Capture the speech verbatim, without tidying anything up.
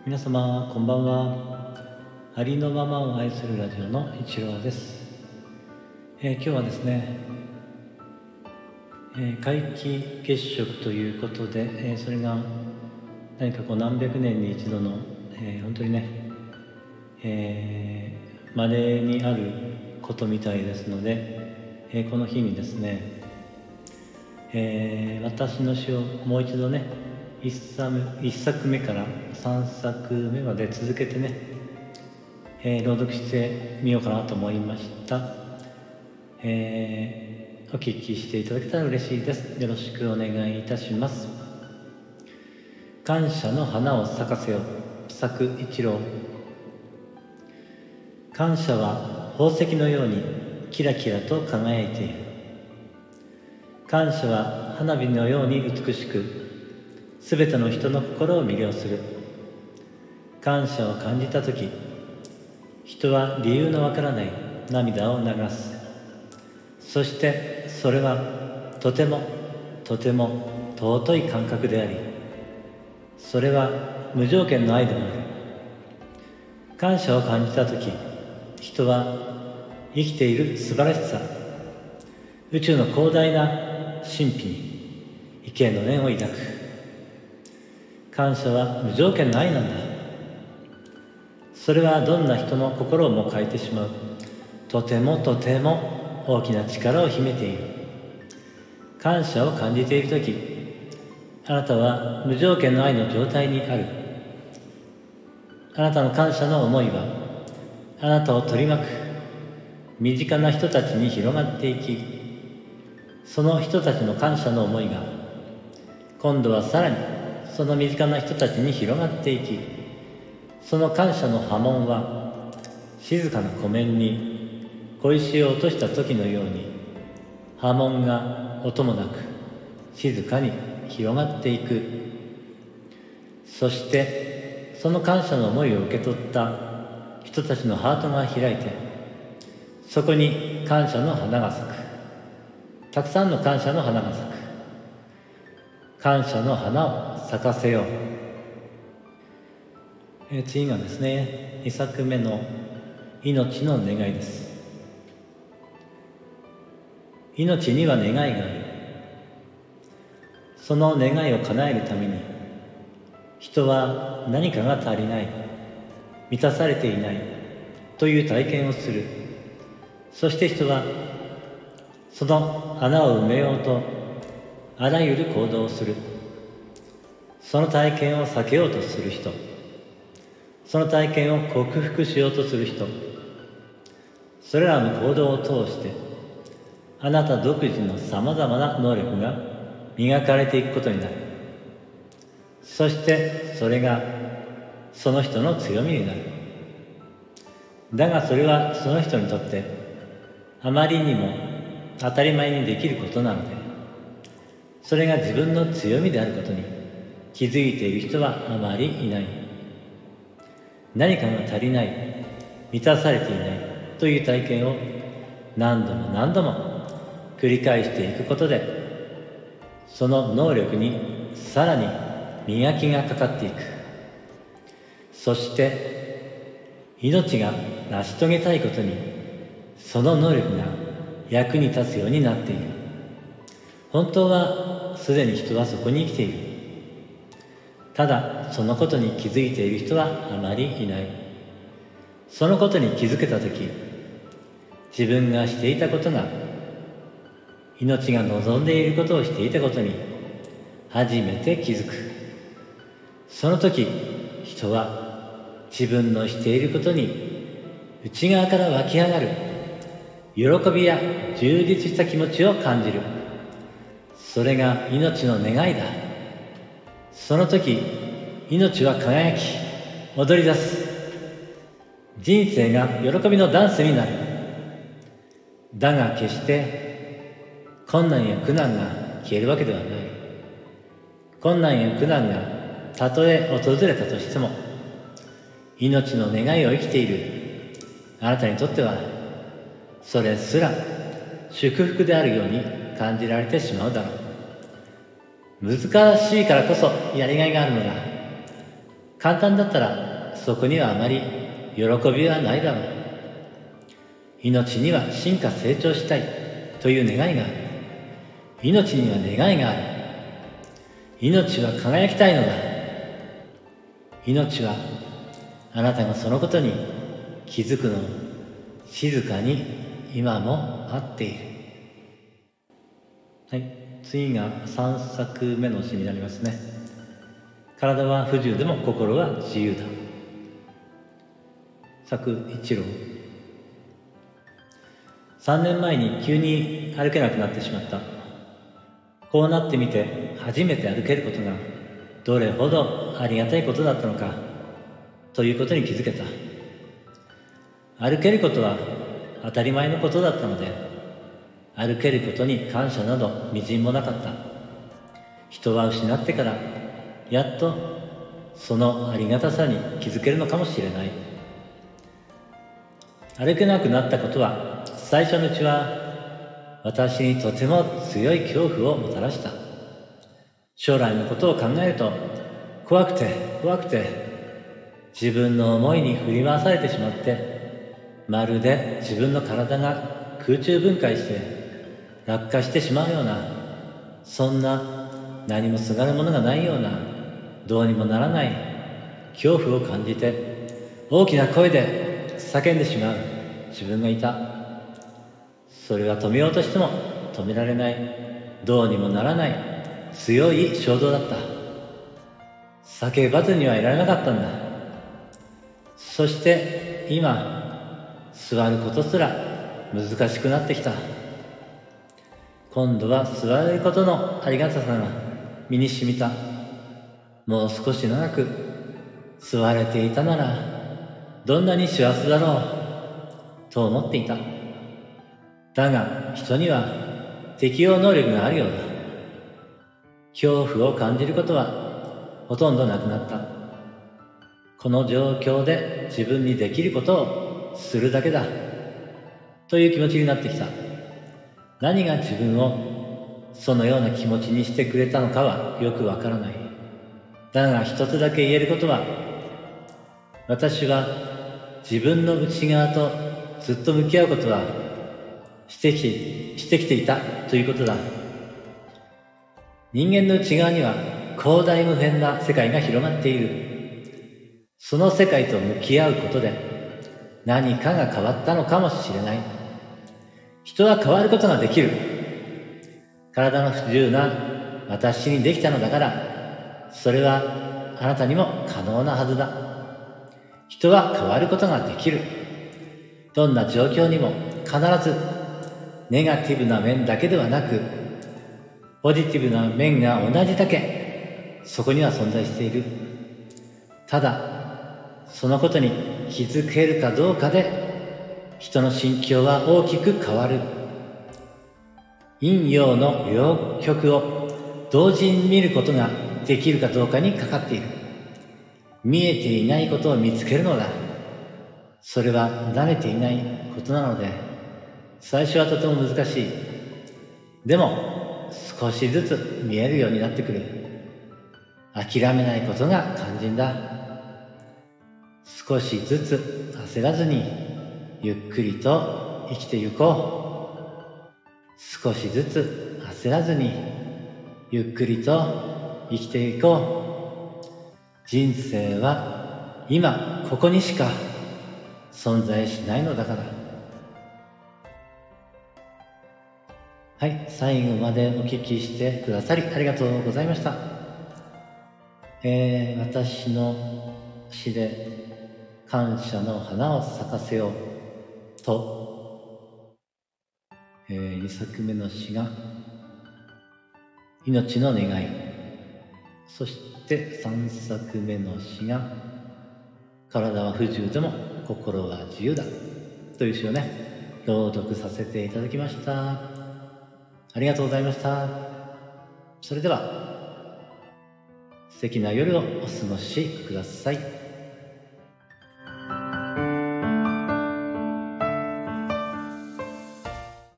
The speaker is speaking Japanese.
皆様こんばんは。ありのままを愛するラジオの一郎です。えー、今日はですね、えー、皆既月食ということで、えー、それが何かこう何百年に一度の、えー、本当にね、えー、稀にあることみたいですので、えー、この日にですね、えー、私の詩をもう一度ね一作目、一作目から三作目まで続けてね、えー、朗読してみようかなと思いました。えー、お聞きしていただけたら嬉しいです。よろしくお願いいたします。感謝の花を咲かせよ、作一郎。感謝は宝石のようにキラキラと輝いている。感謝は花火のように美しく、すべての人の心を魅了する。感謝を感じたとき、人は理由のわからない涙を流す。そしてそれはとてもとても尊い感覚であり、それは無条件の愛でもある。感謝を感じたとき、人は生きている素晴らしさ、宇宙の広大な神秘に畏敬の念を抱く。感謝は無条件の愛なんだ。それはどんな人の心をも変えてしまう、とてもとても大きな力を秘めている。感謝を感じているとき、あなたは無条件の愛の状態にある。あなたの感謝の思いは、あなたを取り巻く身近な人たちに広がっていき、その人たちの感謝の思いが、今度はさらにその身近な人たちに広がっていき、その感謝の波紋は静かな湖面に小石を落とした時のように、波紋が音もなく静かに広がっていく。そしてその感謝の思いを受け取った人たちのハートが開いて、そこに感謝の花が咲く。たくさんの感謝の花が咲く。感謝の花を咲かせよう。えー、次がですね、に作目の命の願いです。命には願いがある。その願いを叶えるために、人は何かが足りない、満たされていないという体験をする。そして人はその穴を埋めようとあらゆる行動をする。その体験を避けようとする人、その体験を克服しようとする人、それらの行動を通してあなた独自のさまざまな能力が磨かれていくことになる。そしてそれがその人の強みになる。だがそれはその人にとってあまりにも当たり前にできることなので、それが自分の強みであることに気づいている人はあまりいない。何かが足りない、満たされていないという体験を何度も何度も繰り返していくことで、その能力にさらに磨きがかかっていく。そして命が成し遂げたいことにその能力が役に立つようになっている。本当はすでに人はそこに生きている。ただそのことに気づいている人はあまりいない。そのことに気づけたとき、自分がしていたことが、命が望んでいることをしていたことに初めて気づく。その時、人は自分のしていることに内側から湧き上がる喜びや充実した気持ちを感じる。それが命の願いだ。その時、命は輝き踊り出す。人生が喜びのダンスになる。だが決して困難や苦難が消えるわけではない。困難や苦難がたとえ訪れたとしても、命の願いを生きているあなたにとっては、それすら祝福であるように感じられてしまうだろう。難しいからこそやりがいがあるのだ。 簡単だったらそこにはあまり喜びはないだろう。命には進化成長したいという願いがある。命には願いがある。命は輝きたいのだ。命はあなたがそのことに気づくのを静かに今も待っている。はい、次がさんさくめの詩になりますね。体は不自由でも心は自由だ。作一郎。さんねんまえに急に歩けなくなってしまった。こうなってみて初めて歩けることがどれほどありがたいことだったのかということに気づけた。歩けることは当たり前のことだったので、歩けることに感謝などみじんもなかった。人は失ってからやっとそのありがたさに気づけるのかもしれない。歩けなくなったことは最初のうちは私にとても強い恐怖をもたらした。将来のことを考えると怖くて怖くて自分の思いに振り回されてしまって、まるで自分の体が空中分解して落下してしまうような、そんな何もすがるものがないような、どうにもならない恐怖を感じて大きな声で叫んでしまう自分がいた。それは止めようとしても止められない、どうにもならない強い衝動だった。叫ばずにはいられなかったんだ。そして今座ることすら難しくなってきた。今度は座れることのありがたさが身に染みた。もう少し長く座れていたならどんなに幸せだろうと思っていた。だが人には適応能力があるようだ。恐怖を感じることはほとんどなくなった。この状況で自分にできることをするだけだという気持ちになってきた。何が自分をそのような気持ちにしてくれたのかはよくわからない。だが一つだけ言えることは、私は自分の内側とずっと向き合うことはしてきて、してきていたということだ。人間の内側には広大無辺な世界が広がっている。その世界と向き合うことで何かが変わったのかもしれない。人は変わることができる。体の不自由な私にできたのだから、それはあなたにも可能なはずだ。人は変わることができる。どんな状況にも必ずネガティブな面だけではなく、ポジティブな面が同じだけそこには存在している。ただそのことに気づけるかどうかで人の心境は大きく変わる。陰陽の両極を同時に見ることができるかどうかにかかっている。見えていないことを見つけるのだ。それは慣れていないことなので、最初はとても難しい。でも少しずつ見えるようになってくる。諦めないことが肝心だ。少しずつ焦らずにゆっくりと生きてゆこう。少しずつ焦らずにゆっくりと生きていこう。人生は今ここにしか存在しないのだから。はい、最後までお聞きしてくださりありがとうございました。えー、私の詩で感謝の花を咲かせようと、えー、にさくめの詩が命の願い、そしてさんさくめの詩が体は不自由でも心は自由だという詩をね、朗読させていただきました。ありがとうございました。それでは素敵な夜をお過ごしください。